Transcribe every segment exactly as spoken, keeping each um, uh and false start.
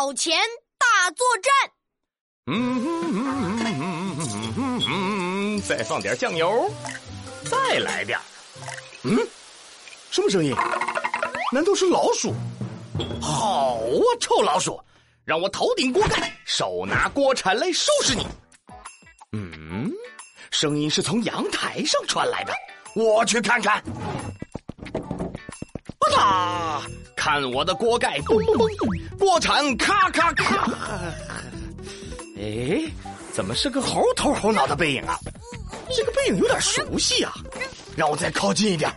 考前大作战。 嗯嗯嗯嗯嗯嗯嗯，再放点酱油，再来点。 嗯，什么声音？难道是老鼠？好啊，臭老鼠，让我头顶锅盖，手拿锅铲来收拾你。嗯，声音是从阳台上传来的，我去看看。啊啦！看我的锅盖咚咚咚，锅铲咔咔咔。哎，怎么是个猴头猴脑的背影啊？这个背影有点熟悉啊，让我再靠近一点。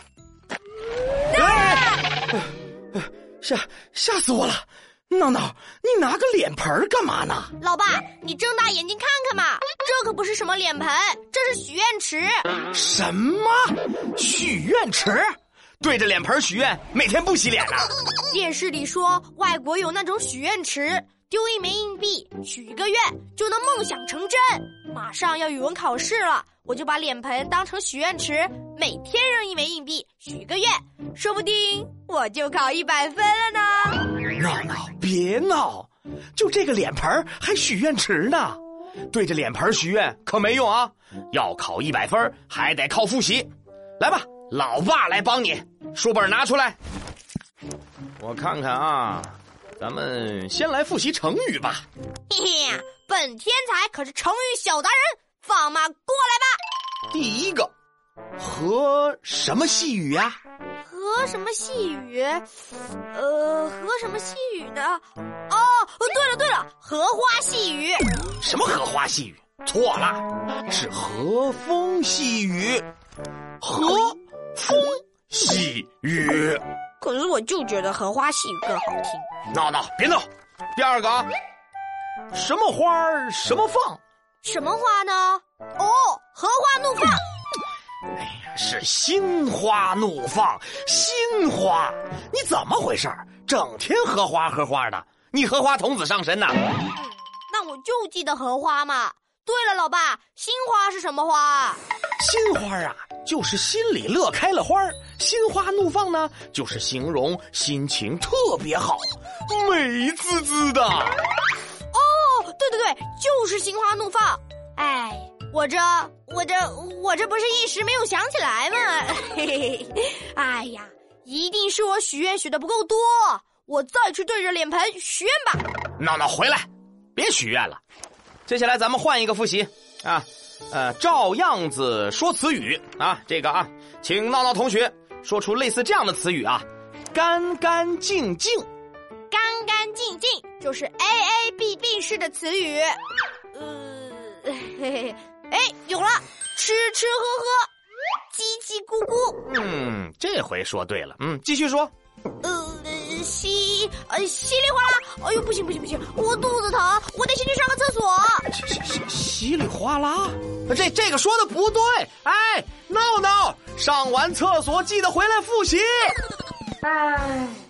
哎，吓吓死我了！闹闹，你拿个脸盆干嘛呢？ 老爸，你睁大眼睛看看嘛，这可不是什么脸盆，这是许愿池。 什么？许愿池？对着脸盆许愿，每天不洗脸啊？ 电视里说外国有那种许愿池，丢一枚硬币，许一个愿就能梦想成真。马上要语文考试了，我就把脸盆当成许愿池，每天扔一枚硬币，许个愿，说不定我就考一百分了呢。 闹闹，别闹，就这个脸盆还许愿池呢？对着脸盆许愿可没用啊！要考一百分还得靠复习。来吧，老爸来帮你，书本拿出来。我看看啊，咱们先来复习成语吧。 嘿嘿，本天才可是成语小达人，放马过来吧。 第一个，和什么细语呀、啊？ 和什么细语？呃，和什么细语呢？哦，对了对了，荷花细雨。 什么荷花细雨？错了，是和风细雨。和风细雨。 可是我就觉得荷花细雨更好听。 闹闹，别闹。第二个，什么花什么放？ 什么花呢？哦，荷花怒放。 哎呀，是心花怒放，心花！你怎么回事？整天荷花荷花的，你荷花童子上身呐、啊嗯？那我就记得荷花嘛。对了，老爸，心花是什么花？ 心花啊，就是心里乐开了花。心花怒放呢，就是形容心情特别好，美滋滋的。 哦，对对对，就是心花怒放。哎，我这我这我这不是一时没有想起来吗？嘿嘿嘿，哎呀，一定是我许愿许的不够多，我再去对着脸盆许愿吧。 闹闹回来，别许愿了。接下来咱们换一个复习啊，呃，照样子说词语啊，这个啊，请闹闹同学说出类似这样的词语啊，干干净净。 干干净净就是 A A B B 式的词语。呃，嘿嘿，哎，有了，吃吃喝喝，叽叽咕咕。 嗯，这回说对了。嗯，继续说。 呃，稀呃稀里哗啦，哎呦，不行不行不行，我肚子疼，我得先去上个厕所。 稀稀里哗啦，这这个说的不对。哎，闹闹，上完厕所记得回来复习。 哎。